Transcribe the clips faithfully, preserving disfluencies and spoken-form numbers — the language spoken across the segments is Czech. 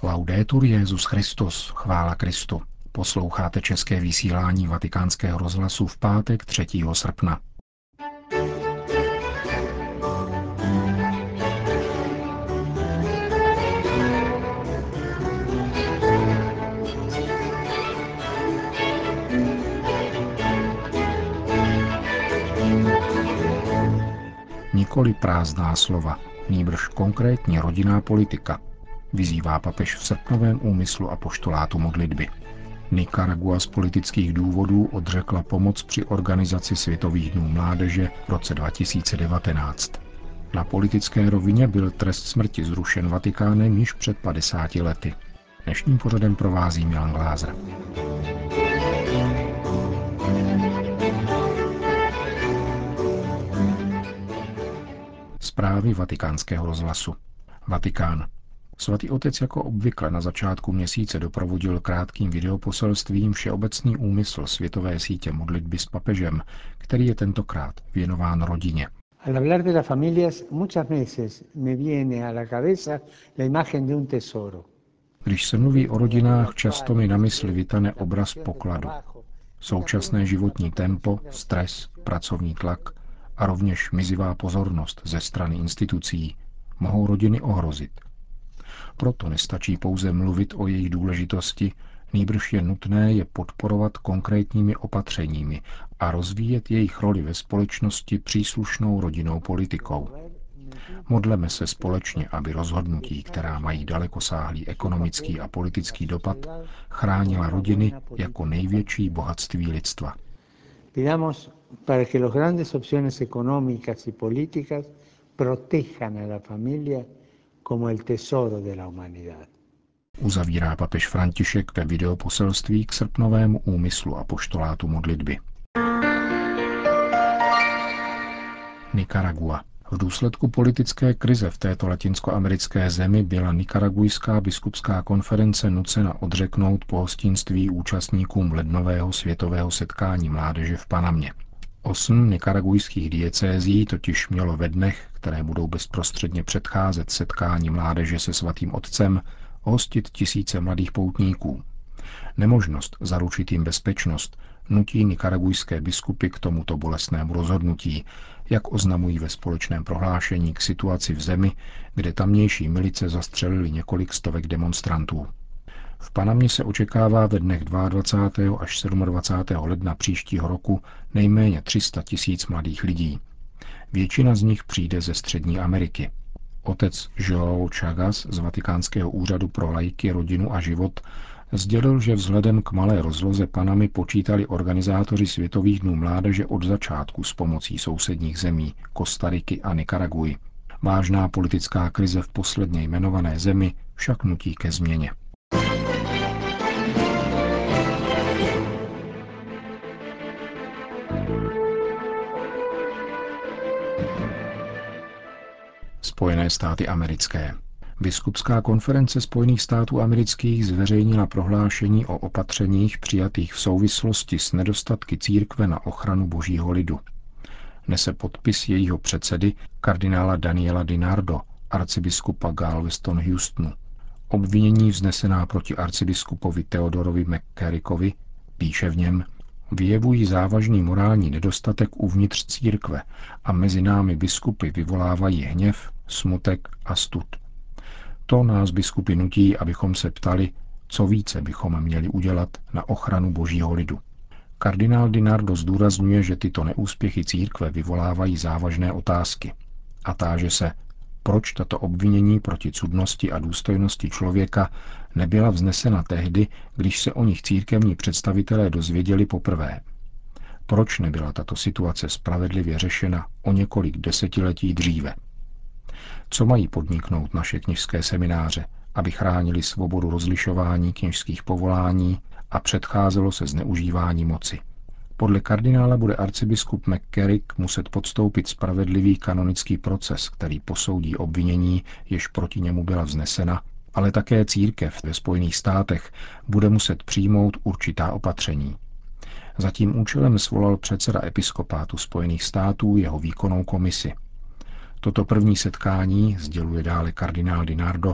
Laudetur Jesus Christus, chvála Kristu. Posloucháte české vysílání Vatikánského rozhlasu v pátek třetího srpna. Nikoli prázdná slova, nýbrž konkrétní rodinná politika, vyzývá papež v srpnovém úmyslu apoštolátu modlitby. Nikaragua z politických důvodů odřekla pomoc při organizaci Světových dnů mládeže v roce dva tisíce devatenáct. Na politické rovině byl trest smrti zrušen Vatikánem již před padesáti lety. Dnešním pořadem provází Milan Glázer. Zprávy Vatikánského rozhlasu. Vatikán. Svatý otec jako obvykle na začátku měsíce doprovodil krátkým videoposelstvím všeobecný úmysl světové sítě modlitby s papežem, který je tentokrát věnován rodině. Al hablar de las familias, muchas veces me viene a la cabeza la imagen de un tesoro. Když se mluví o rodinách, často mi na mysli vytane obraz pokladu. Současné životní tempo, stres, pracovní tlak a rovněž mizivá pozornost ze strany institucí mohou rodiny ohrozit. Proto nestačí pouze mluvit o jejich důležitosti, nýbrž je nutné je podporovat konkrétními opatřeními a rozvíjet jejich roli ve společnosti příslušnou rodinnou politikou. Modleme se společně, aby rozhodnutí, která mají dalekosáhlý ekonomický a politický dopad, chránila rodiny jako největší bohatství lidstva. Pidamos para que las grandes opciones económicas y políticas protejan a la familia como el tesoro de la humanidad. Uzavírá papež František ve videoposelství k srpnovému úmyslu apoštolátu modlitby. Nikaragua. V důsledku politické krize v této latinskoamerické zemi byla Nikaragujská biskupská konference nucena odřeknout pohostinství účastníkům lednového světového setkání mládeže v Panamě. Osm nikaragujských diecézí totiž mělo ve dnech, které budou bezprostředně předcházet setkání mládeže se svatým otcem, hostit tisíce mladých poutníků. Nemožnost zaručit jim bezpečnost nutí nikaragujské biskupy k tomuto bolestnému rozhodnutí, jak oznamují ve společném prohlášení k situaci v zemi, kde tamnější milice zastřelili několik stovek demonstrantů. V Panamě se očekává ve dnech dvacátého druhého až dvacátého sedmého ledna příštího roku nejméně tři sta tisíc mladých lidí. Většina z nich přijde ze Střední Ameriky. Otec João Chagas z Vatikánského úřadu pro laiky, rodinu a život sdělil, že vzhledem k malé rozloze Panamy počítali organizátoři Světových dnů mládeže od začátku s pomocí sousedních zemí Kostariky a Nikaraguji. Vážná politická krize v posledně jmenované zemi však nutí ke změně. Spojené státy americké. Biskupská konference Spojených států amerických zveřejnila prohlášení o opatřeních přijatých v souvislosti s nedostatky církve na ochranu božího lidu. Nese podpis jejího předsedy kardinála Daniela DiNardo, arcibiskupa Galveston Houstonu. Obvinění vznesená proti arcibiskupovi Theodorovi McCarrickovi, píše v něm, vyjevují závažný morální nedostatek uvnitř církve a mezi námi biskupy vyvolávají hněv, smutek a stud. To nás biskupy nutí, abychom se ptali, co více bychom měli udělat na ochranu božího lidu. Kardinál DiNardo zdůrazňuje, že tyto neúspěchy církve vyvolávají závažné otázky a táže se, proč tato obvinění proti cudnosti a důstojnosti člověka nebyla vznesena tehdy, když se o nich církevní představitelé dozvěděli poprvé. Proč nebyla tato situace spravedlivě řešena o několik desetiletí dříve? Co mají podniknout naše kněžské semináře, aby chránili svobodu rozlišování kněžských povolání a předcházelo se zneužívání moci? Podle kardinála bude arcibiskup McCarrick muset podstoupit spravedlivý kanonický proces, který posoudí obvinění, jež proti němu byla vznesena, ale také církev ve Spojených státech bude muset přijmout určitá opatření. Za tím účelem svolal předseda episkopátu Spojených států jeho výkonnou komisi. Toto první setkání, sděluje dále kardinál DiNardo,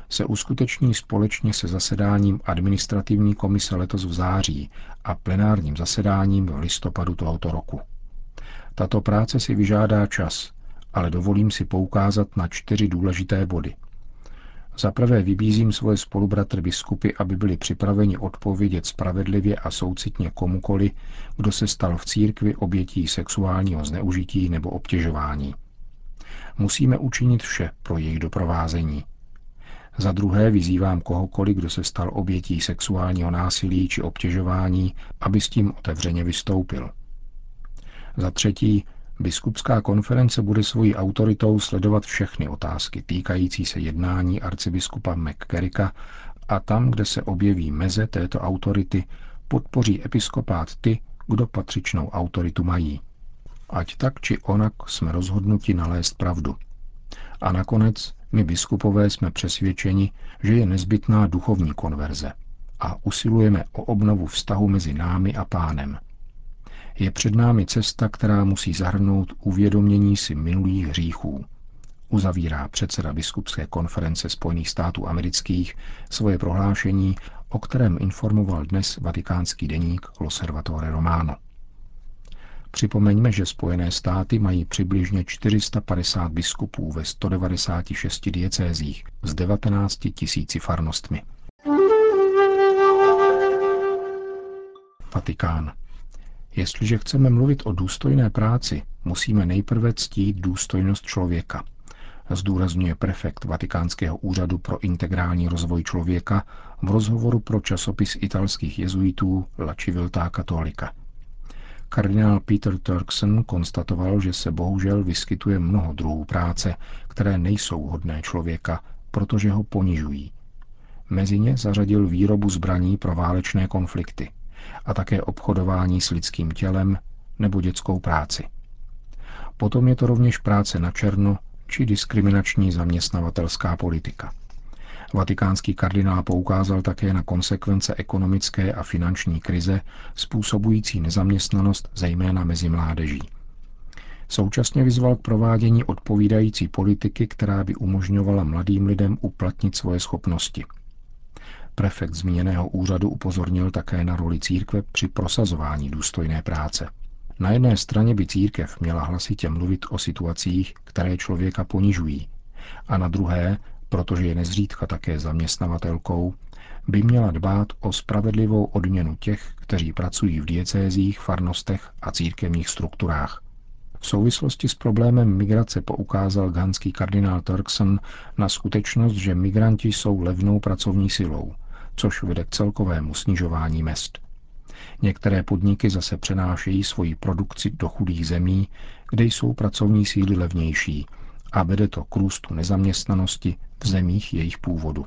se uskuteční společně se zasedáním administrativní komise letos v září a plenárním zasedáním v listopadu tohoto roku. Tato práce si vyžádá čas, ale dovolím si poukázat na čtyři důležité body. Za prvé vybízím svoje spolubratry biskupy, aby byli připraveni odpovědět spravedlivě a soucitně komukoli, kdo se stal v církvi obětí sexuálního zneužití nebo obtěžování. Musíme učinit vše pro jejich doprovázení. Za druhé vyzývám kohokoliv, kdo se stal obětí sexuálního násilí či obtěžování, aby s tím otevřeně vystoupil. Za třetí, biskupská konference bude svojí autoritou sledovat všechny otázky týkající se jednání arcibiskupa McCarricka a tam, kde se objeví meze této autority, podpoří episkopát ty, kdo patřičnou autoritu mají. Ať tak či onak jsme rozhodnuti nalézt pravdu. A nakonec my biskupové jsme přesvědčeni, že je nezbytná duchovní konverze a usilujeme o obnovu vztahu mezi námi a Pánem. Je před námi cesta, která musí zahrnout uvědomění si minulých hříchů. Uzavírá předseda biskupské konference Spojených států amerických svoje prohlášení, o kterém informoval dnes vatikánský deník L'Osservatore Romano. Připomeňme, že Spojené státy mají přibližně čtyři sta padesát biskupů ve sto devadesáti šesti diecézích s devatenácti tisíci farnostmi. Vatikán. Jestliže chceme mluvit o důstojné práci, musíme nejprve ctít důstojnost člověka, zdůrazňuje prefekt Vatikánského úřadu pro integrální rozvoj člověka v rozhovoru pro časopis italských jezuitů La Civiltà Cattolica. Kardinál Peter Turkson konstatoval, že se bohužel vyskytuje mnoho druhů práce, které nejsou hodné člověka, protože ho ponižují. Mezi ně zařadil výrobu zbraní pro válečné konflikty a také obchodování s lidským tělem nebo dětskou práci. Potom je to rovněž práce na černo či diskriminační zaměstnavatelská politika. Vatikánský kardinál poukázal také na konsekvence ekonomické a finanční krize způsobující nezaměstnanost zejména mezi mládeží. Současně vyzval k provádění odpovídající politiky, která by umožňovala mladým lidem uplatnit svoje schopnosti. Prefekt zmíněného úřadu upozornil také na roli církve při prosazování důstojné práce. Na jedné straně by církev měla hlasitě mluvit o situacích, které člověka ponižují, a na druhé, protože je nezřídka také zaměstnavatelkou, by měla dbát o spravedlivou odměnu těch, kteří pracují v diecézích, farnostech a církevních strukturách. V souvislosti s problémem migrace poukázal ghanský kardinál Turkson na skutečnost, že migranti jsou levnou pracovní silou, což vede k celkovému snižování mezd. Některé podniky zase přenášejí svoji produkci do chudých zemí, kde jsou pracovní síly levnější, a vede to k růstu nezaměstnanosti v zemích jejich původu.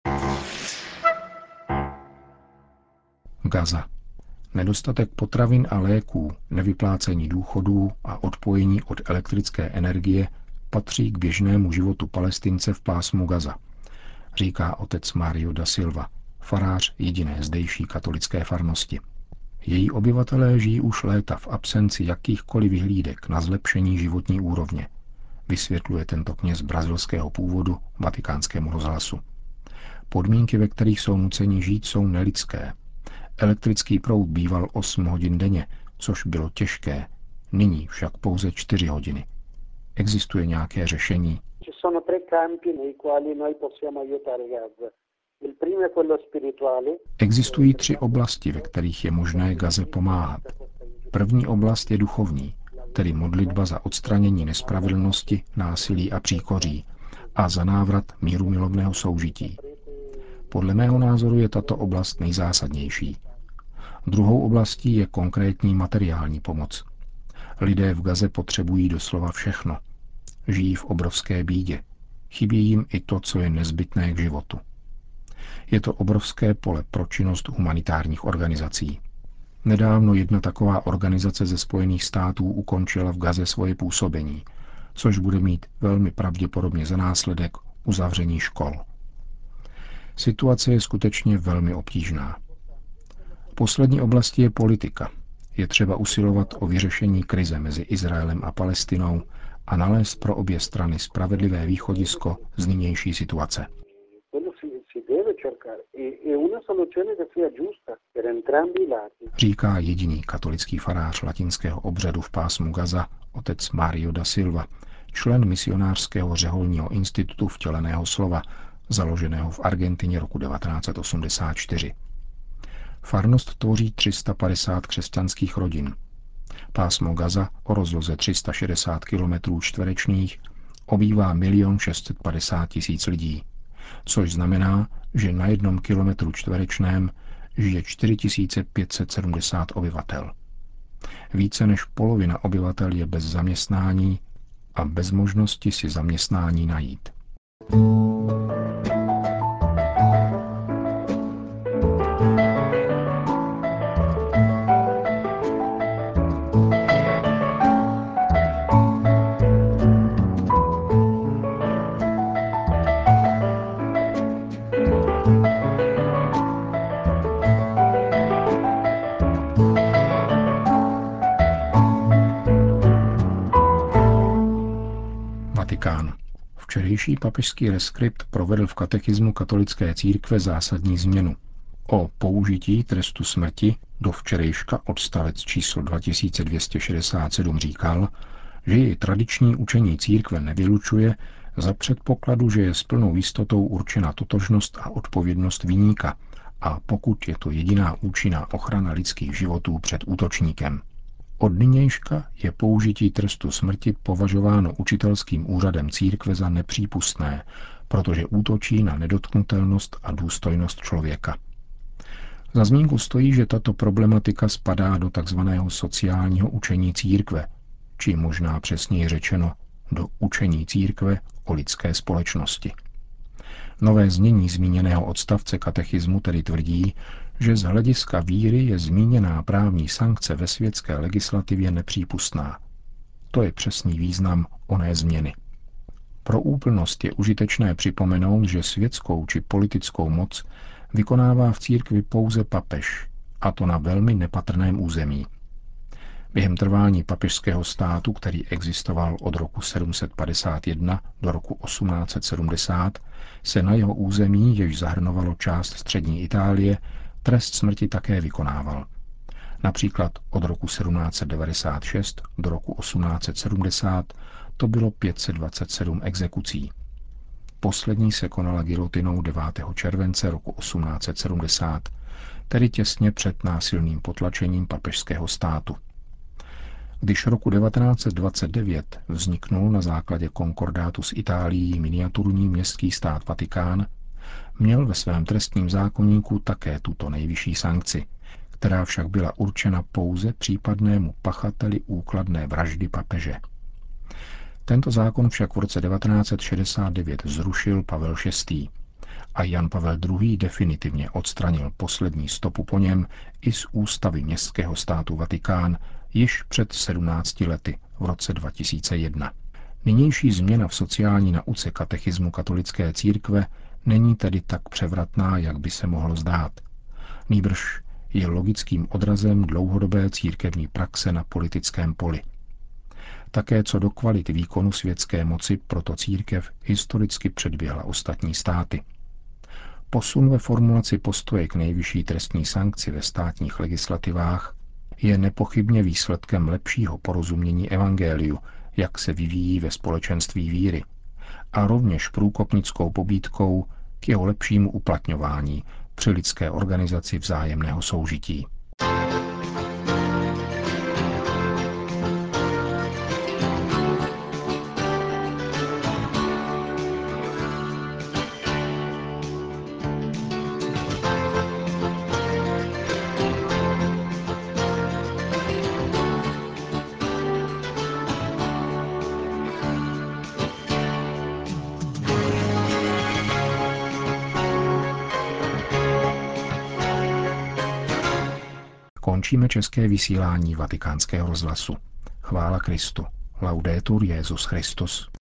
Gaza. Nedostatek potravin a léků, nevyplácení důchodů a odpojení od elektrické energie patří k běžnému životu Palestince v pásmu Gaza, říká otec Mario da Silva, farář jediné zdejší katolické farnosti. Její obyvatelé žijí už léta v absenci jakýchkoliv vyhlídek na zlepšení životní úrovně, vysvětluje tento kněz brazilského původu Vatikánskému rozhlasu. Podmínky, ve kterých jsou nuceni žít, jsou nelidské. Elektrický proud býval osm hodin denně, což bylo těžké, nyní však pouze čtyři hodiny. Existuje nějaké řešení? Existují tři oblasti, ve kterých je možné Gaze pomáhat. První oblast je duchovní, tedy modlitba za odstranění nespravedlnosti, násilí a příkoří a za návrat mírumilovného soužití. Podle mého názoru je tato oblast nejzásadnější. Druhou oblastí je konkrétní materiální pomoc. Lidé v Gaze potřebují doslova všechno. Žijí v obrovské bídě. Chybí jim i to, co je nezbytné k životu. Je to obrovské pole pro činnost humanitárních organizací. Nedávno jedna taková organizace ze Spojených států ukončila v Gaze svoje působení, což bude mít velmi pravděpodobně za následek uzavření škol. Situace je skutečně velmi obtížná. Poslední oblastí je politika. Je třeba usilovat o vyřešení krize mezi Izraelem a Palestinou a nalézt pro obě strany spravedlivé východisko z nynější situace. Říká jediný katolický farář latinského obřadu v pásmu Gaza, otec Mario da Silva, člen misionářského řeholního institutu vtěleného slova, založeného v Argentině roku devatenáct set osmdesát čtyři. Farnost tvoří tři sta padesát křesťanských rodin. Pásmo Gaza o rozloze tři sta šedesát kilometrů čtverečných obývá milion šest set padesát tisíc lidí, což znamená, že na jednom kilometru čtverečném žije čtyři tisíce pět set sedmdesát obyvatel. Více než polovina obyvatel je bez zaměstnání a bez možnosti si zaměstnání najít. Vatikán. Včerejší papežský reskript provedl v katechismu katolické církve zásadní změnu. O použití trestu smrti do včerejška odstavec číslo dva tisíce dvě stě šedesát sedm říkal, že jej tradiční učení církve nevylučuje za předpokladu, že je s plnou jistotou určena totožnost a odpovědnost viníka a pokud je to jediná účinná ochrana lidských životů před útočníkem. Od nynějška je použití trestu smrti považováno učitelským úřadem církve za nepřípustné, protože útočí na nedotknutelnost a důstojnost člověka. Za zmínku stojí, že tato problematika spadá do tzv. Sociálního učení církve, či možná přesněji řečeno do učení církve o lidské společnosti. Nové znění zmíněného odstavce katechismu tedy tvrdí, že z hlediska víry je zmíněná právní sankce ve světské legislativě nepřípustná. To je přesný význam oné změny. Pro úplnost je užitečné připomenout, že světskou či politickou moc vykonává v církvi pouze papež, a to na velmi nepatrném území. Během trvání papežského státu, který existoval od roku sedm set padesát jedna do roku osmnáct set sedmdesát, se na jeho území, jež zahrnovalo část střední Itálie, trest smrti také vykonával. Například od roku sedmnáct set devadesát šest do roku osmnáct set sedmdesát to bylo pět set dvacet sedm exekucí. Poslední se konala gilotinou devátého července roku osmnáct set sedmdesát, tedy těsně před násilným potlačením papežského státu. Když roku devatenáct set dvacet devět vzniknul na základě konkordátu s Itálií miniaturní městský stát Vatikán, měl ve svém trestním zákoníku také tuto nejvyšší sankci, která však byla určena pouze případnému pachateli úkladné vraždy papeže. Tento zákon však v roce devatenáct set šedesát devět zrušil Pavel šestý. a Jan Pavel druhý. Definitivně odstranil poslední stopu po něm i z ústavy městského státu Vatikán již před sedmnácti lety v roce dva tisíce jedna. Nynější změna v sociální nauce katechismu katolické církve není tedy tak převratná, jak by se mohlo zdát. Nýbrž je logickým odrazem dlouhodobé církevní praxe na politickém poli. Také co do kvality výkonu světské moci proto církev historicky předběhla ostatní státy. Posun ve formulaci postoje k nejvyšší trestní sankci ve státních legislativách je nepochybně výsledkem lepšího porozumění evangeliu, jak se vyvíjí ve společenství víry, a rovněž průkopnickou pobídkou k jeho lepšímu uplatňování při lidské organizaci vzájemného soužití. Končíme české vysílání Vatikánského rozhlasu. Chvála Kristu. Laudetur Jesus Christus.